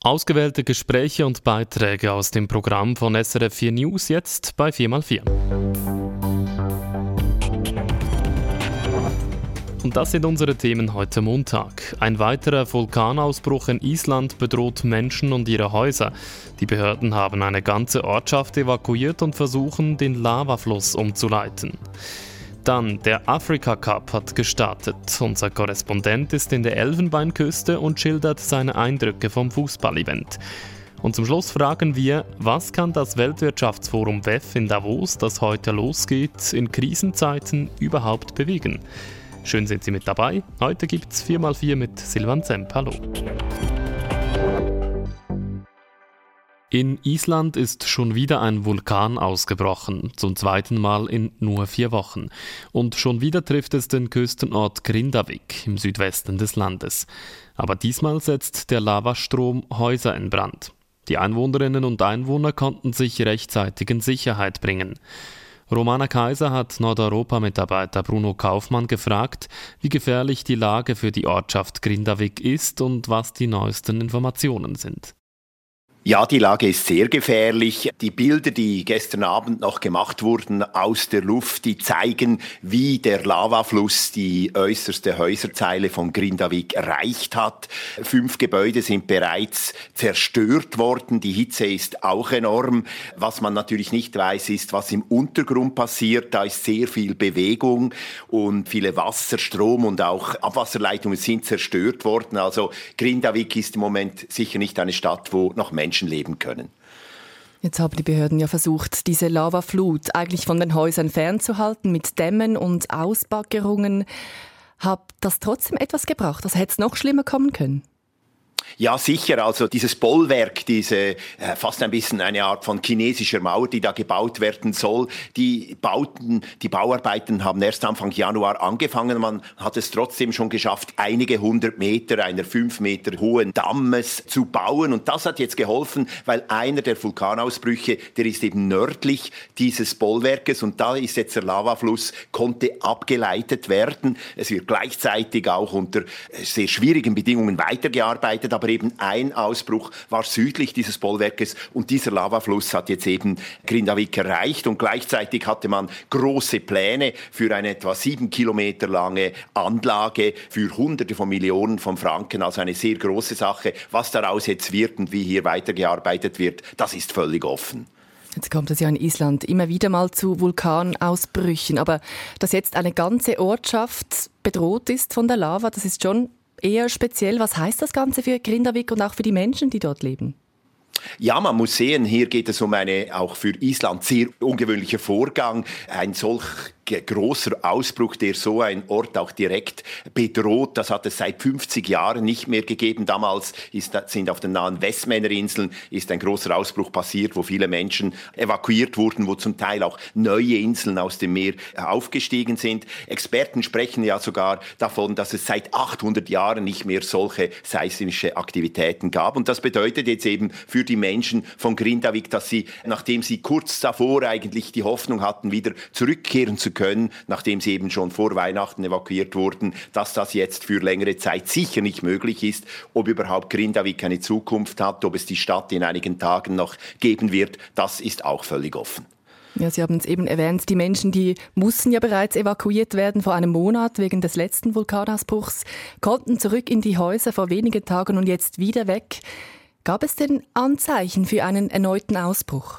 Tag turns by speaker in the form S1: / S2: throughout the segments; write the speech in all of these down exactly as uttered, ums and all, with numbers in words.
S1: Ausgewählte Gespräche und Beiträge aus dem Programm von S R F vier News jetzt bei vier mal vier. Und das sind unsere Themen heute Montag. Ein weiterer Vulkanausbruch in Island bedroht Menschen und ihre Häuser. Die Behörden haben eine ganze Ortschaft evakuiert und versuchen, den Lavafluss umzuleiten. Dann, der Afrika Cup hat gestartet. Unser Korrespondent ist in der Elfenbeinküste und schildert seine Eindrücke vom Fußballevent. Und zum Schluss fragen wir, was kann das Weltwirtschaftsforum W E F in Davos, das heute losgeht, in Krisenzeiten überhaupt bewegen? Schön sind Sie mit dabei. Heute gibt's vier mal vier mit Silvan Zemp. Hallo. In Island ist schon wieder ein Vulkan ausgebrochen, zum zweiten Mal in nur vier Wochen. Und schon wieder trifft es den Küstenort Grindavik im Südwesten des Landes. Aber diesmal setzt der Lavastrom Häuser in Brand. Die Einwohnerinnen und Einwohner konnten sich rechtzeitig in Sicherheit bringen. Romana Kaiser hat Nordeuropa-Mitarbeiter Bruno Kaufmann gefragt, wie gefährlich die Lage für die Ortschaft Grindavik ist und was die neuesten Informationen sind.
S2: Ja, die Lage ist sehr gefährlich. Die Bilder, die gestern Abend noch gemacht wurden aus der Luft, die zeigen, wie der Lavafluss die äußerste Häuserzeile von Grindavik erreicht hat. Fünf Gebäude sind bereits zerstört worden. Die Hitze ist auch enorm. Was man natürlich nicht weiß, ist, was im Untergrund passiert. Da ist sehr viel Bewegung und viele Wasser, Strom und auch Abwasserleitungen sind zerstört worden. Also Grindavik ist im Moment sicher nicht eine Stadt, wo noch Menschen leben können.
S3: Jetzt haben die Behörden ja versucht, diese Lavaflut eigentlich von den Häusern fernzuhalten mit Dämmen und Ausbaggerungen. Hat das trotzdem etwas gebracht? Also hätte es noch schlimmer kommen können?
S2: Ja, sicher. Also dieses Bollwerk, diese äh, fast ein bisschen eine Art von chinesischer Mauer, die da gebaut werden soll, die Bauten, die Bauarbeiten haben erst Anfang Januar angefangen. Man hat es trotzdem schon geschafft, einige hundert Meter einer fünf Meter hohen Dammes zu bauen. Und das hat jetzt geholfen, weil einer der Vulkanausbrüche, der ist eben nördlich dieses Bollwerkes und da ist jetzt der Lavafluss, konnte abgeleitet werden. Es wird gleichzeitig auch unter sehr schwierigen Bedingungen weitergearbeitet, aber eben ein Ausbruch war südlich dieses Bollwerkes und dieser Lavafluss hat jetzt eben Grindavik erreicht und gleichzeitig hatte man große Pläne für eine etwa sieben Kilometer lange Anlage für Hunderte von Millionen von Franken, also eine sehr große Sache. Was daraus jetzt wird und wie hier weitergearbeitet wird, das ist völlig offen.
S3: Jetzt kommt es ja in Island immer wieder mal zu Vulkanausbrüchen, aber dass jetzt eine ganze Ortschaft bedroht ist von der Lava, das ist schon eher speziell. Was heißt das Ganze für Grindavik und auch für die Menschen, die dort leben?
S2: Ja, man muss sehen, hier geht es um eine auch für Island sehr ungewöhnliche Vorgang. Ein solch großer Ausbruch, der so einen Ort auch direkt bedroht. Das hat es seit fünfzig Jahren nicht mehr gegeben. Damals ist, sind auf den nahen Westmännerinseln ist ein großer Ausbruch passiert, wo viele Menschen evakuiert wurden, wo zum Teil auch neue Inseln aus dem Meer aufgestiegen sind. Experten sprechen ja sogar davon, dass es seit achthundert Jahren nicht mehr solche seismische Aktivitäten gab. Und das bedeutet jetzt eben für die Menschen von Grindavik, dass sie, nachdem sie kurz davor eigentlich die Hoffnung hatten, wieder zurückkehren zu können, nachdem sie eben schon vor Weihnachten evakuiert wurden, dass das jetzt für längere Zeit sicher nicht möglich ist. Ob überhaupt Grindavik eine Zukunft hat, ob es die Stadt in einigen Tagen noch geben wird, das ist auch völlig offen.
S3: Ja, Sie haben es eben erwähnt, die Menschen, die mussten ja bereits evakuiert werden vor einem Monat wegen des letzten Vulkanausbruchs, konnten zurück in die Häuser vor wenigen Tagen und jetzt wieder weg. Gab es denn Anzeichen für einen erneuten Ausbruch?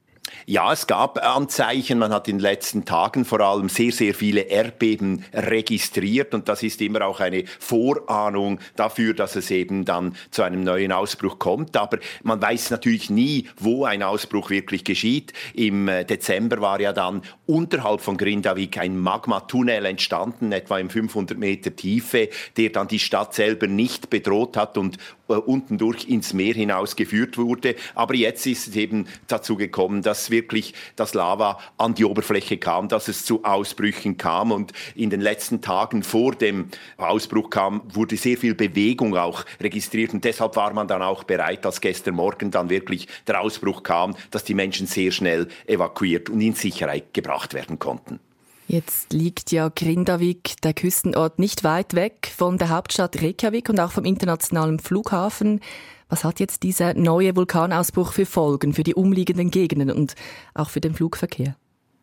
S2: Ja, es gab Anzeichen. Man hat in den letzten Tagen vor allem sehr, sehr viele Erdbeben registriert. Und das ist immer auch eine Vorahnung dafür, dass es eben dann zu einem neuen Ausbruch kommt. Aber man weiß natürlich nie, wo ein Ausbruch wirklich geschieht. Im Dezember war ja dann unterhalb von Grindavik ein Magmatunnel entstanden, etwa in fünfhundert Meter Tiefe, der dann die Stadt selber nicht bedroht hat und äh, unten durch ins Meer hinaus geführt wurde. Aber jetzt ist es eben dazu gekommen, dass wirklich das Lava an die Oberfläche kam, dass es zu Ausbrüchen kam. Und in den letzten Tagen vor dem Ausbruch kam, wurde sehr viel Bewegung auch registriert. Und deshalb war man dann auch bereit, als gestern Morgen dann wirklich der Ausbruch kam, dass die Menschen sehr schnell evakuiert und in Sicherheit gebracht werden konnten.
S3: Jetzt liegt ja Grindavik, der Küstenort, nicht weit weg von der Hauptstadt Reykjavik und auch vom internationalen Flughafen. Was hat jetzt dieser neue Vulkanausbruch für Folgen für die umliegenden Gegenden und auch für den Flugverkehr?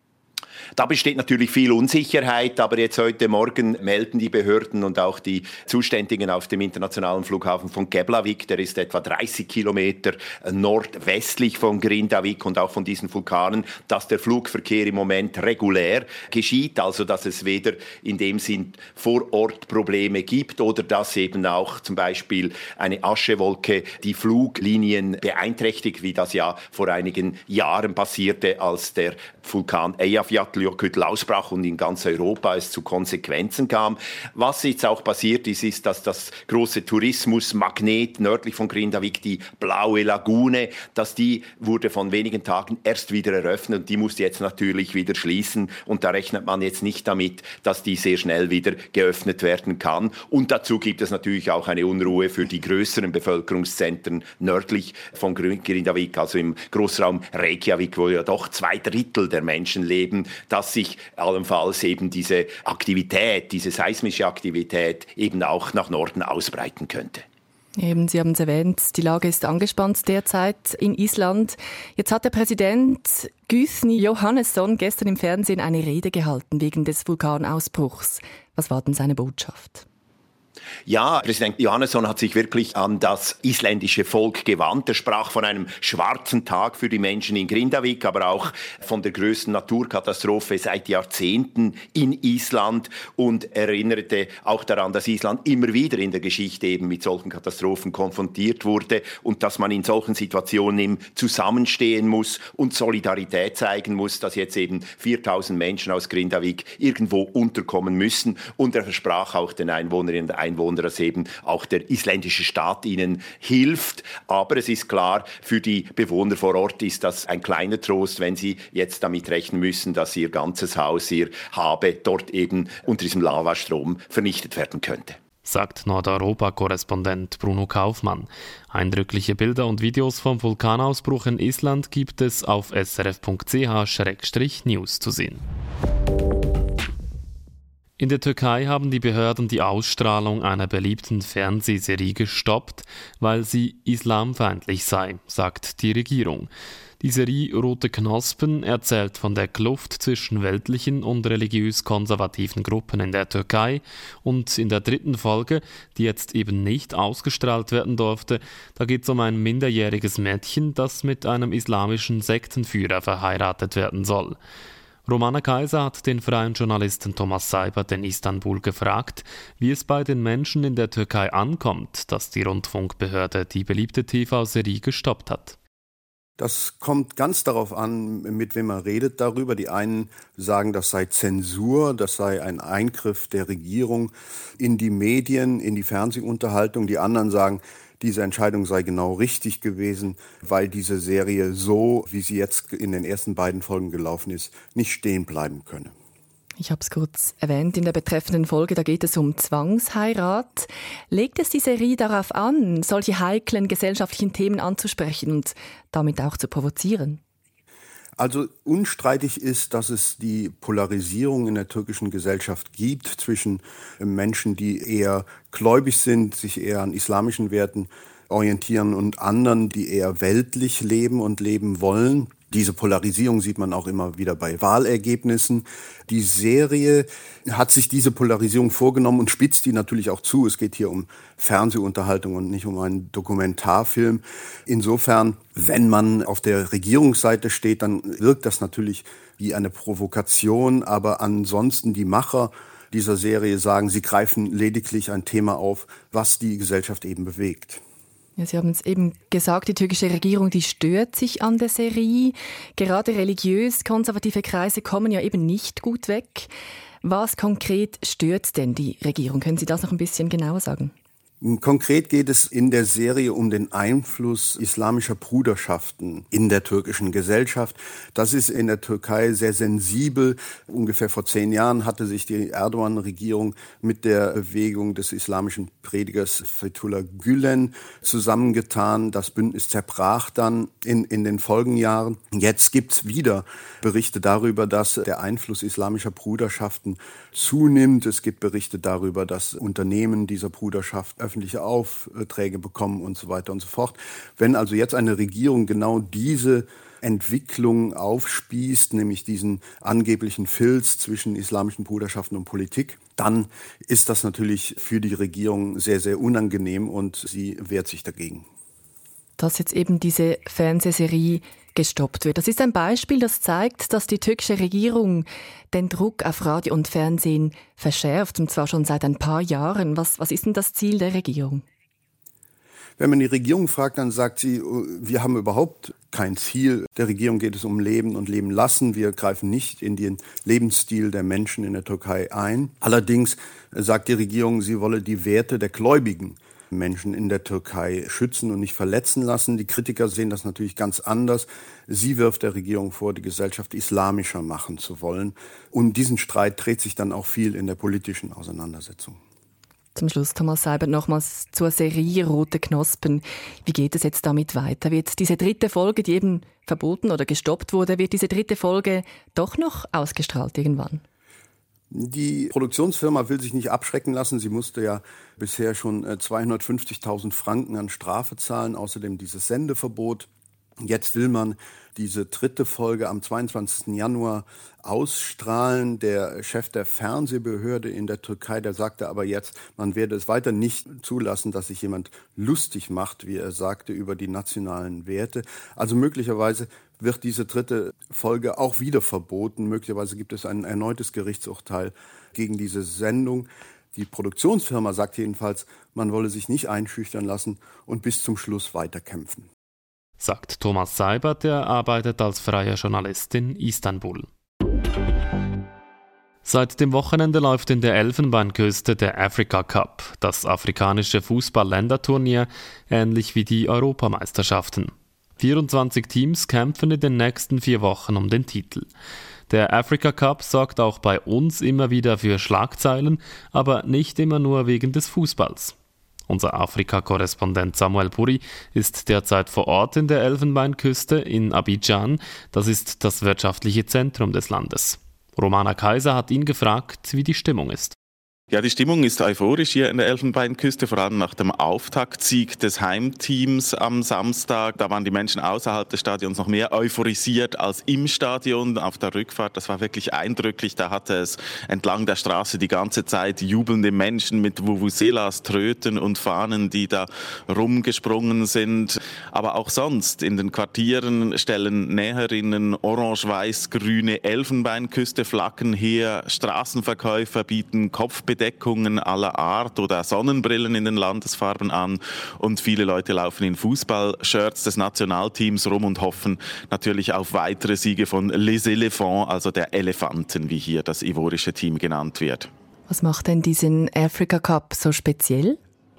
S2: Da besteht natürlich viel Unsicherheit, aber jetzt heute Morgen melden die Behörden und auch die Zuständigen auf dem internationalen Flughafen von Keflavik, der ist etwa dreißig Kilometer nordwestlich von Grindavik und auch von diesen Vulkanen, dass der Flugverkehr im Moment regulär geschieht, also dass es weder in dem Sinn vor Ort Probleme gibt oder dass eben auch zum Beispiel eine Aschewolke die Fluglinien beeinträchtigt, wie das ja vor einigen Jahren passierte, als der Vulkan Eyjafjallajökull ausbrach und in ganz Europa es zu Konsequenzen kam. Was jetzt auch passiert ist, ist, dass das große Tourismusmagnet nördlich von Grindavik, die Blaue Lagune, dass die wurde von wenigen Tagen erst wieder eröffnet und die muss jetzt natürlich wieder schließen und da rechnet man jetzt nicht damit, dass die sehr schnell wieder geöffnet werden kann. Und dazu gibt es natürlich auch eine Unruhe für die größeren Bevölkerungszentren nördlich von Grindavik, also im Großraum Reykjavik, wo ja doch zwei Drittel der Menschen leben, dass sich allenfalls eben diese Aktivität, diese seismische Aktivität eben auch nach Norden ausbreiten könnte.
S3: Eben, Sie haben es erwähnt, die Lage ist angespannt derzeit in Island. Jetzt hat der Präsident Guðni Jóhannesson gestern im Fernsehen eine Rede gehalten wegen des Vulkanausbruchs. Was war denn seine Botschaft?
S2: Ja, Präsident Jóhannesson hat sich wirklich an das isländische Volk gewandt. Er sprach von einem schwarzen Tag für die Menschen in Grindavik, aber auch von der größten Naturkatastrophe seit Jahrzehnten in Island und erinnerte auch daran, dass Island immer wieder in der Geschichte eben mit solchen Katastrophen konfrontiert wurde und dass man in solchen Situationen eben zusammenstehen muss und Solidarität zeigen muss, dass jetzt eben viertausend Menschen aus Grindavik irgendwo unterkommen müssen. Und er versprach auch den Einwohnerinnen und Einwohnern, dass eben auch der isländische Staat ihnen hilft. Aber es ist klar, für die Bewohner vor Ort ist das ein kleiner Trost, wenn sie jetzt damit rechnen müssen, dass ihr ganzes Haus, ihr Habe dort eben unter diesem Lavastrom vernichtet werden könnte.
S1: Sagt Nordeuropa-Korrespondent Bruno Kaufmann. Eindrückliche Bilder und Videos vom Vulkanausbruch in Island gibt es auf s r f punkt c h schrägstrich news zu sehen. In der Türkei haben die Behörden die Ausstrahlung einer beliebten Fernsehserie gestoppt, weil sie islamfeindlich sei, sagt die Regierung. Die Serie Rote Knospen erzählt von der Kluft zwischen weltlichen und religiös-konservativen Gruppen in der Türkei und in der dritten Folge, die jetzt eben nicht ausgestrahlt werden durfte, da geht es um ein minderjähriges Mädchen, das mit einem islamischen Sektenführer verheiratet werden soll. Romana Kaiser hat den freien Journalisten Thomas Seibert in Istanbul gefragt, wie es bei den Menschen in der Türkei ankommt, dass die Rundfunkbehörde die beliebte T V-Serie gestoppt hat.
S4: Das kommt ganz darauf an, mit wem man redet darüber. Die einen sagen, das sei Zensur, das sei ein Eingriff der Regierung in die Medien, in die Fernsehunterhaltung. Die anderen sagen, diese Entscheidung sei genau richtig gewesen, weil diese Serie so, wie sie jetzt in den ersten beiden Folgen gelaufen ist, nicht stehen bleiben könne.
S3: Ich habe es kurz erwähnt in der betreffenden Folge, da geht es um Zwangsheirat. Legt es die Serie darauf an, solche heiklen gesellschaftlichen Themen anzusprechen und damit auch zu provozieren?
S4: Also unstreitig ist, dass es die Polarisierung in der türkischen Gesellschaft gibt zwischen Menschen, die eher gläubig sind, sich eher an islamischen Werten orientieren und anderen, die eher weltlich leben und leben wollen. Diese Polarisierung sieht man auch immer wieder bei Wahlergebnissen. Die Serie hat sich diese Polarisierung vorgenommen und spitzt die natürlich auch zu. Es geht hier um Fernsehunterhaltung und nicht um einen Dokumentarfilm. Insofern, wenn man auf der Regierungsseite steht, dann wirkt das natürlich wie eine Provokation. Aber ansonsten die Macher dieser Serie sagen, sie greifen lediglich ein Thema auf, was die Gesellschaft eben bewegt.
S3: Ja, Sie haben es eben gesagt, die türkische Regierung, die stört sich an der Serie. Gerade religiös-konservative Kreise kommen ja eben nicht gut weg. Was konkret stört denn die Regierung? Können Sie das noch ein bisschen genauer sagen?
S4: Konkret geht es in der Serie um den Einfluss islamischer Bruderschaften in der türkischen Gesellschaft. Das ist in der Türkei sehr sensibel. Ungefähr vor zehn Jahren hatte sich die Erdogan-Regierung mit der Bewegung des islamischen Predigers Fethullah Gülen zusammengetan. Das Bündnis zerbrach dann in, in den Folgenjahren. Jetzt gibt's wieder Berichte darüber, dass der Einfluss islamischer Bruderschaften zunimmt. Es gibt Berichte darüber, dass Unternehmen dieser Bruderschaft öffentliche Aufträge bekommen und so weiter und so fort. Wenn also jetzt eine Regierung genau diese Entwicklung aufspießt, nämlich diesen angeblichen Filz zwischen islamischen Bruderschaften und Politik, dann ist das natürlich für die Regierung sehr, sehr unangenehm und sie wehrt sich dagegen.
S3: Dass jetzt eben diese Fernsehserie gestoppt wird. Das ist ein Beispiel, das zeigt, dass die türkische Regierung den Druck auf Radio und Fernsehen verschärft, und zwar schon seit ein paar Jahren. Was, was ist denn das Ziel der Regierung?
S4: Wenn man die Regierung fragt, dann sagt sie, wir haben überhaupt kein Ziel. Der Regierung geht es um Leben und Leben lassen. Wir greifen nicht in den Lebensstil der Menschen in der Türkei ein. Allerdings sagt die Regierung, sie wolle die Werte der Gläubigen Menschen in der Türkei schützen und nicht verletzen lassen. Die Kritiker sehen das natürlich ganz anders. Sie wirft der Regierung vor, die Gesellschaft islamischer machen zu wollen. Und diesen Streit dreht sich dann auch viel in der politischen Auseinandersetzung.
S3: Zum Schluss, Thomas Seibert, nochmals zur Serie Rote Knospen. Wie geht es jetzt damit weiter? Wird diese dritte Folge, die eben verboten oder gestoppt wurde, wird diese dritte Folge doch noch ausgestrahlt irgendwann?
S4: Die Produktionsfirma will sich nicht abschrecken lassen. Sie musste ja bisher schon zweihundertfünfzigtausend Franken an Strafe zahlen, außerdem dieses Sendeverbot. Jetzt will man diese dritte Folge am zweiundzwanzigsten Januar ausstrahlen. Der Chef der Fernsehbehörde in der Türkei, der sagte aber jetzt, man werde es weiter nicht zulassen, dass sich jemand lustig macht, wie er sagte, über die nationalen Werte. Also möglicherweise wird diese dritte Folge auch wieder verboten. Möglicherweise gibt es ein erneutes Gerichtsurteil gegen diese Sendung. Die Produktionsfirma sagt jedenfalls, man wolle sich nicht einschüchtern lassen und bis zum Schluss weiterkämpfen.
S1: Sagt Thomas Seibert, der arbeitet als freier Journalist in Istanbul. Seit dem Wochenende läuft in der Elfenbeinküste der Africa Cup, das afrikanische Fußball-Länderturnier, ähnlich wie die Europameisterschaften. vierundzwanzig Teams kämpfen in den nächsten vier Wochen um den Titel. Der Africa Cup sorgt auch bei uns immer wieder für Schlagzeilen, aber nicht immer nur wegen des Fußballs. Unser Afrika-Korrespondent Samuel Puri ist derzeit vor Ort in der Elfenbeinküste in Abidjan. Das ist das wirtschaftliche Zentrum des Landes. Romana Kaiser hat ihn gefragt, wie die Stimmung ist.
S5: Ja, die Stimmung ist euphorisch hier in der Elfenbeinküste, vor allem nach dem Auftaktsieg des Heimteams am Samstag. Da waren die Menschen außerhalb des Stadions noch mehr euphorisiert als im Stadion. Auf der Rückfahrt, das war wirklich eindrücklich. Da hatte es entlang der Straße die ganze Zeit jubelnde Menschen mit Vuvuzelas, Tröten und Fahnen, die da rumgesprungen sind. Aber auch sonst in den Quartieren stellen Näherinnen orange-weiß-grüne Elfenbeinküste-Flaggen her. Straßenverkäufer bieten Kopfbedeckungen Deckungen aller Art oder Sonnenbrillen in den Landesfarben an und viele Leute laufen in Fußballshirts des Nationalteams rum und hoffen natürlich auf weitere Siege von Les Éléphants, also der Elefanten, wie hier das ivorische Team genannt wird.
S3: Was macht denn diesen Africa Cup so speziell?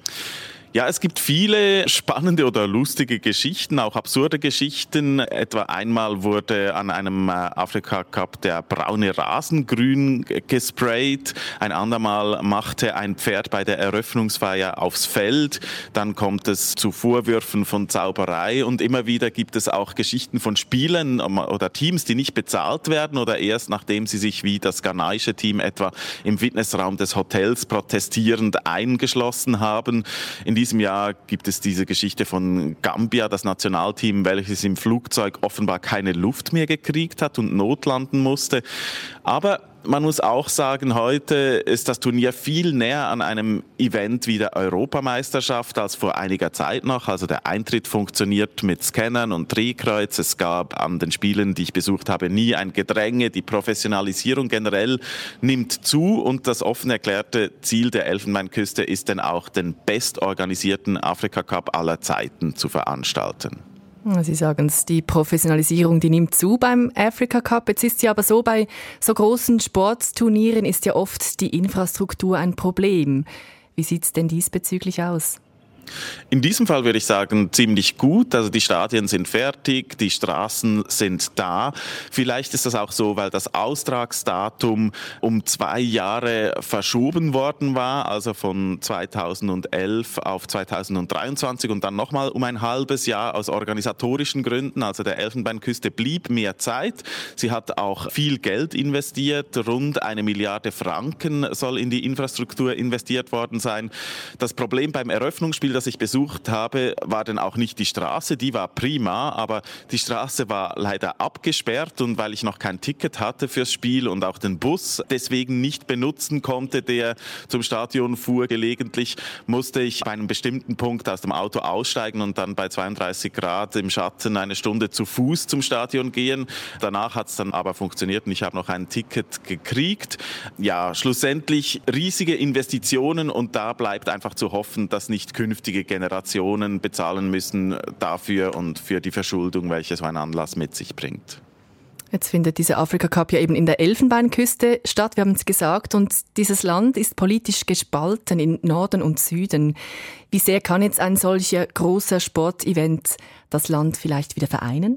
S5: Ja, es gibt viele spannende oder lustige Geschichten, auch absurde Geschichten. Etwa einmal wurde an einem Afrika Cup der braune Rasen grün gesprayt. Ein andermal machte ein Pferd bei der Eröffnungsfeier aufs Feld. Dann kommt es zu Vorwürfen von Zauberei und immer wieder gibt es auch Geschichten von Spielern oder Teams, die nicht bezahlt werden oder erst nachdem sie sich wie das ghanaische Team etwa im Fitnessraum des Hotels protestierend eingeschlossen haben. In In diesem Jahr gibt es diese Geschichte von Gambia, das Nationalteam, welches im Flugzeug offenbar keine Luft mehr gekriegt hat und notlanden musste. Aber man muss auch sagen, heute ist das Turnier viel näher an einem Event wie der Europameisterschaft als vor einiger Zeit noch. Also der Eintritt funktioniert mit Scannern und Drehkreuz. Es gab an den Spielen, die ich besucht habe, nie ein Gedränge. Die Professionalisierung generell nimmt zu und das offen erklärte Ziel der Elfenbeinküste ist dann auch den bestorganisierten Afrika Cup aller Zeiten zu veranstalten.
S3: Sie sagen es, die Professionalisierung, die nimmt zu beim Africa Cup. Jetzt ist ja aber so, bei so großen Sportturnieren ist ja oft die Infrastruktur ein Problem. Wie sieht es denn diesbezüglich aus?
S5: In diesem Fall würde ich sagen, ziemlich gut. Also die Stadien sind fertig, die Straßen sind da. Vielleicht ist das auch so, weil das Austragsdatum um zwei Jahre verschoben worden war, also von zweitausendelf auf zweitausenddreiundzwanzig und dann nochmal um ein halbes Jahr aus organisatorischen Gründen. Also der Elfenbeinküste blieb mehr Zeit. Sie hat auch viel Geld investiert. Rund eine Milliarde Franken soll in die Infrastruktur investiert worden sein. Das Problem beim Eröffnungsspiel, das ich besucht habe, war dann auch nicht die Straße, die war prima, aber die Straße war leider abgesperrt und weil ich noch kein Ticket hatte fürs Spiel und auch den Bus deswegen nicht benutzen konnte, der zum Stadion fuhr gelegentlich, musste ich bei einem bestimmten Punkt aus dem Auto aussteigen und dann bei zweiunddreißig Grad im Schatten eine Stunde zu Fuß zum Stadion gehen. Danach hat es dann aber funktioniert und ich habe noch ein Ticket gekriegt. Ja, schlussendlich riesige Investitionen und da bleibt einfach zu hoffen, dass nicht künftige Generationen bezahlen müssen dafür und für die Verschuldung, welche so ein Anlass mit sich bringt.
S3: Jetzt findet dieser Afrika Cup ja eben in der Elfenbeinküste statt, wir haben es gesagt, und dieses Land ist politisch gespalten in Norden und Süden. Wie sehr kann jetzt ein solcher großer Sportevent das Land vielleicht wieder vereinen?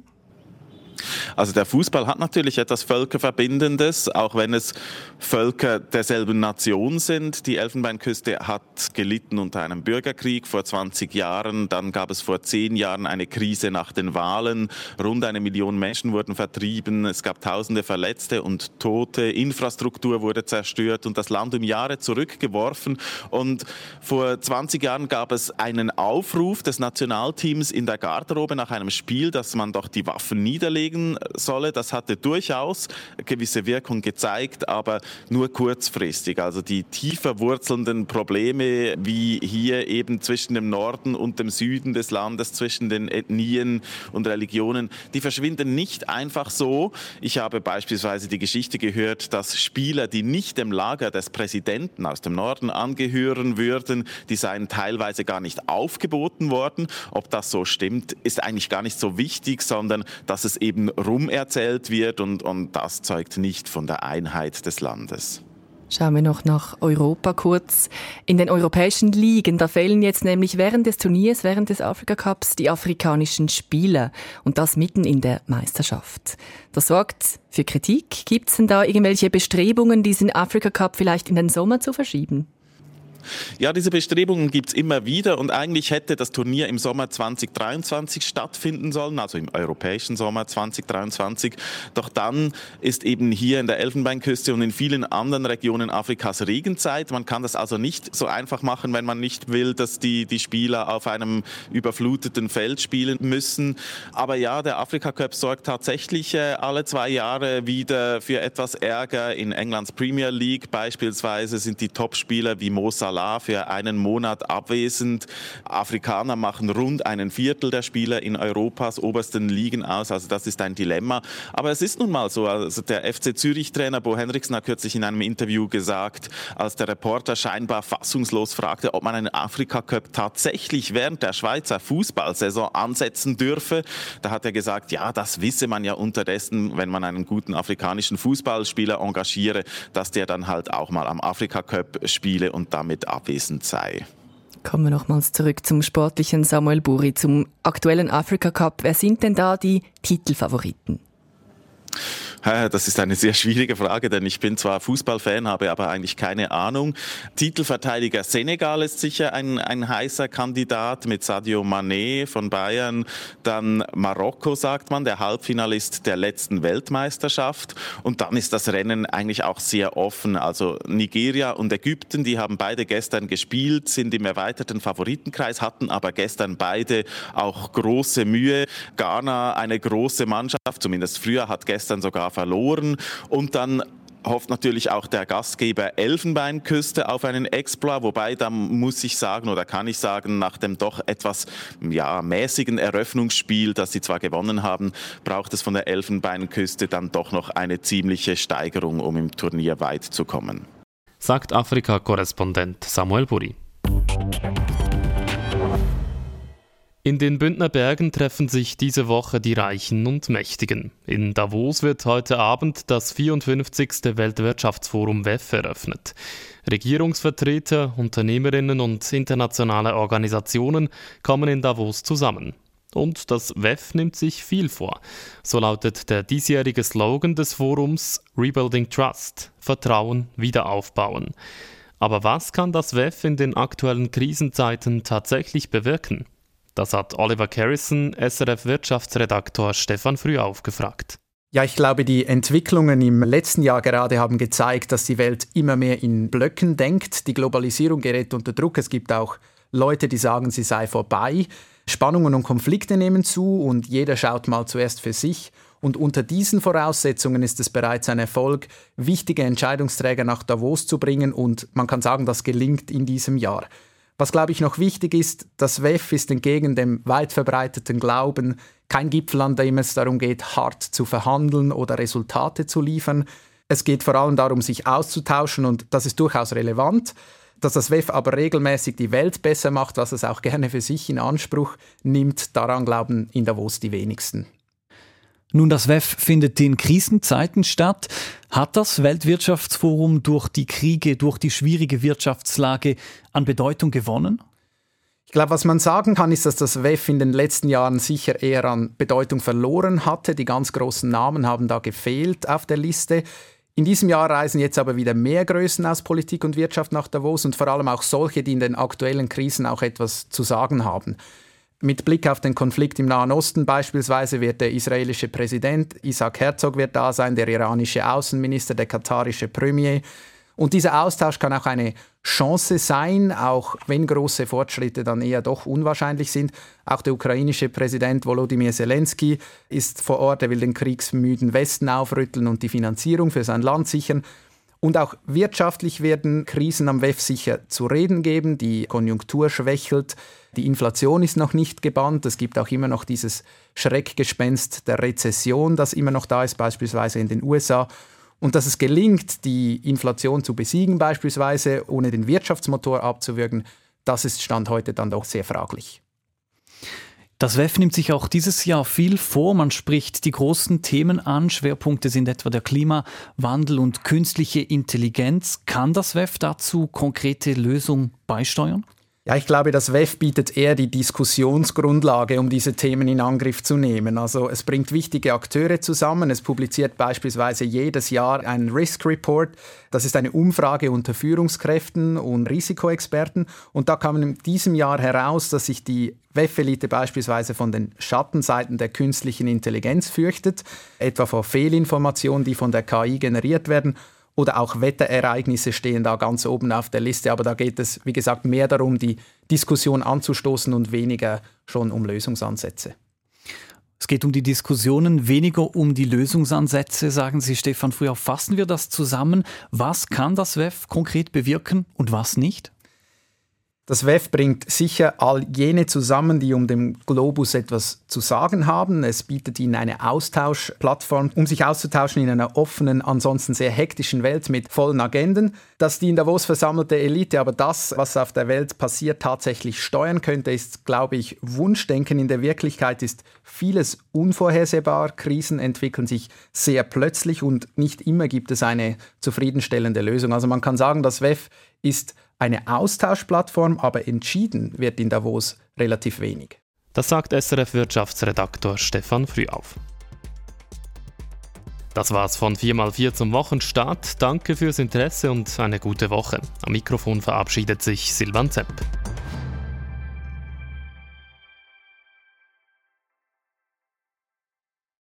S5: Also der Fußball hat natürlich etwas Völkerverbindendes, auch wenn es Völker derselben Nation sind. Die Elfenbeinküste hat gelitten unter einem Bürgerkrieg vor zwanzig Jahren. Dann gab es vor zehn Jahren eine Krise nach den Wahlen. Rund eine Million Menschen wurden vertrieben. Es gab tausende Verletzte und Tote. Infrastruktur wurde zerstört und das Land um Jahre zurückgeworfen. Und vor zwanzig Jahren gab es einen Aufruf des Nationalteams in der Garderobe nach einem Spiel, dass man doch die Waffen niederlegen solle. Das hatte durchaus gewisse Wirkung gezeigt, aber nur kurzfristig. Also die tiefer wurzelnden Probleme, wie hier eben zwischen dem Norden und dem Süden des Landes, zwischen den Ethnien und Religionen, die verschwinden nicht einfach so. Ich habe beispielsweise die Geschichte gehört, dass Spieler, die nicht dem Lager des Präsidenten aus dem Norden angehören würden, die seien teilweise gar nicht aufgeboten worden. Ob das so stimmt, ist eigentlich gar nicht so wichtig, sondern dass es eben rumerzählt wird und, und das zeugt nicht von der Einheit des Landes.
S3: Schauen wir noch nach Europa kurz. In den europäischen Ligen, da fehlen jetzt nämlich während des Turniers, während des Afrika Cups, die afrikanischen Spieler. Und das mitten in der Meisterschaft. Das sorgt für Kritik. Gibt es denn da irgendwelche Bestrebungen, diesen Afrika Cup vielleicht in den Sommer zu verschieben?
S5: Ja, diese Bestrebungen gibt es immer wieder und eigentlich hätte das Turnier im Sommer zweitausenddreiundzwanzig stattfinden sollen, also im europäischen Sommer zweitausenddreiundzwanzig. Doch dann ist eben hier in der Elfenbeinküste und in vielen anderen Regionen Afrikas Regenzeit. Man kann das also nicht so einfach machen, wenn man nicht will, dass die, die Spieler auf einem überfluteten Feld spielen müssen. Aber ja, der Afrika Cup sorgt tatsächlich äh, alle zwei Jahre wieder für etwas Ärger. In Englands Premier League beispielsweise sind die Topspieler wie Mo Salah für einen Monat abwesend. Afrikaner machen rund einen Viertel der Spieler in Europas obersten Ligen aus. Also das ist ein Dilemma. Aber es ist nun mal so. Also der F C Zürich-Trainer Bo Henriksen hat kürzlich in einem Interview gesagt, als der Reporter scheinbar fassungslos fragte, ob man einen Afrika-Cup tatsächlich während der Schweizer Fußballsaison ansetzen dürfe. Da hat er gesagt, ja, das wisse man ja unterdessen, wenn man einen guten afrikanischen Fußballspieler engagiere, dass der dann halt auch mal am Afrika-Cup spiele und damit abwesend sei.
S3: Kommen wir nochmals zurück zum sportlichen Samuel Buri, zum aktuellen Afrika Cup. Wer sind denn da die Titelfavoriten?
S5: Das ist eine sehr schwierige Frage, denn ich bin zwar Fußballfan, habe aber eigentlich keine Ahnung. Titelverteidiger Senegal ist sicher ein, ein heißer Kandidat mit Sadio Mané von Bayern. Dann Marokko, sagt man, der Halbfinalist der letzten Weltmeisterschaft. Und dann ist das Rennen eigentlich auch sehr offen. Also Nigeria und Ägypten, die haben beide gestern gespielt, sind im erweiterten Favoritenkreis, hatten aber gestern beide auch große Mühe. Ghana, eine große Mannschaft, zumindest früher, hat gestern sogar verloren und dann hofft natürlich auch der Gastgeber Elfenbeinküste auf einen Exploit, wobei da muss ich sagen oder kann ich sagen, nach dem doch etwas ja, mäßigen Eröffnungsspiel, das sie zwar gewonnen haben, braucht es von der Elfenbeinküste dann doch noch eine ziemliche Steigerung, um im Turnier weit zu kommen.
S1: Sagt Afrika-Korrespondent Samuel Buri. In den Bündner Bergen treffen sich diese Woche die Reichen und Mächtigen. In Davos wird heute Abend das vierundfünfzigste Weltwirtschaftsforum W E F eröffnet. Regierungsvertreter, Unternehmerinnen und internationale Organisationen kommen in Davos zusammen. Und das W E F nimmt sich viel vor. So lautet der diesjährige Slogan des Forums Rebuilding Trust, Vertrauen wieder aufbauen. Aber was kann das W E F in den aktuellen Krisenzeiten tatsächlich bewirken? Das hat Oliver Carrison, S R F-Wirtschaftsredaktor Stefan Frühauf gefragt.
S6: Ja, ich glaube, die Entwicklungen im letzten Jahr gerade haben gezeigt, dass die Welt immer mehr in Blöcken denkt. Die Globalisierung gerät unter Druck. Es gibt auch Leute, die sagen, sie sei vorbei. Spannungen und Konflikte nehmen zu und jeder schaut mal zuerst für sich. Und unter diesen Voraussetzungen ist es bereits ein Erfolg, wichtige Entscheidungsträger nach Davos zu bringen. Und man kann sagen, das gelingt in diesem Jahr. Was, glaube ich, noch wichtig ist, das W E F ist entgegen dem weit verbreiteten Glauben kein Gipfel, an dem es darum geht, hart zu verhandeln oder Resultate zu liefern. Es geht vor allem darum, sich auszutauschen und das ist durchaus relevant. Dass das W E F aber regelmäßig die Welt besser macht, was es auch gerne für sich in Anspruch nimmt, daran glauben in Davos die wenigsten.
S7: Nun, das W E F findet in Krisenzeiten statt. Hat das Weltwirtschaftsforum durch die Kriege, durch die schwierige Wirtschaftslage an Bedeutung gewonnen?
S6: Ich glaube, was man sagen kann, ist, dass das W E F in den letzten Jahren sicher eher an Bedeutung verloren hatte. Die ganz großen Namen haben da gefehlt auf der Liste. In diesem Jahr reisen jetzt aber wieder mehr Größen aus Politik und Wirtschaft nach Davos und vor allem auch solche, die in den aktuellen Krisen auch etwas zu sagen haben. Mit Blick auf den Konflikt im Nahen Osten beispielsweise wird der israelische Präsident Isaac Herzog wird da sein, der iranische Außenminister, der katarische Premier. Und dieser Austausch kann auch eine Chance sein, auch wenn große Fortschritte dann eher doch unwahrscheinlich sind. Auch der ukrainische Präsident Volodymyr Zelensky ist vor Ort, er will den kriegsmüden Westen aufrütteln und die Finanzierung für sein Land sichern. Und auch wirtschaftlich werden Krisen am W E F sicher zu reden geben. Die Konjunktur schwächelt, die Inflation ist noch nicht gebannt. Es gibt auch immer noch dieses Schreckgespenst der Rezession, das immer noch da ist, beispielsweise in den U S A. Und dass es gelingt, die Inflation zu besiegen, beispielsweise ohne den Wirtschaftsmotor abzuwürgen, das ist Stand heute dann doch sehr fraglich.
S7: Das W E F nimmt sich auch dieses Jahr viel vor. Man spricht die großen Themen an. Schwerpunkte sind etwa der Klimawandel und künstliche Intelligenz. Kann das W E F dazu konkrete Lösungen beisteuern?
S6: Ja, ich glaube, das W E F bietet eher die Diskussionsgrundlage, um diese Themen in Angriff zu nehmen. Also es bringt wichtige Akteure zusammen. Es publiziert beispielsweise jedes Jahr einen Risk Report. Das ist eine Umfrage unter Führungskräften und Risikoexperten. Und da kam in diesem Jahr heraus, dass sich die W E F-Elite beispielsweise von den Schattenseiten der künstlichen Intelligenz fürchtet, etwa vor Fehlinformationen, die von der K I generiert werden. Oder auch Wetterereignisse stehen da ganz oben auf der Liste. Aber da geht es, wie gesagt, mehr darum, die Diskussion anzustoßen und weniger schon um Lösungsansätze.
S7: Es geht um die Diskussionen, weniger um die Lösungsansätze, sagen Sie, Stefan Frühauf. Fassen wir das zusammen. Was kann das W E F konkret bewirken und was nicht?
S6: Das W E F bringt sicher all jene zusammen, die um den Globus etwas zu sagen haben. Es bietet ihnen eine Austauschplattform, um sich auszutauschen in einer offenen, ansonsten sehr hektischen Welt mit vollen Agenden. Dass die in Davos versammelte Elite aber das, was auf der Welt passiert, tatsächlich steuern könnte, ist, glaube ich, Wunschdenken. In der Wirklichkeit ist vieles unvorhersehbar. Krisen entwickeln sich sehr plötzlich und nicht immer gibt es eine zufriedenstellende Lösung. Also man kann sagen, das W E F ist eine Austauschplattform, aber entschieden wird in Davos relativ wenig.
S1: Das sagt S R F-Wirtschaftsredaktor Stefan Frühauf. Das war's von vier mal vier zum Wochenstart. Danke fürs Interesse und eine gute Woche. Am Mikrofon verabschiedet sich Silvan Zepp.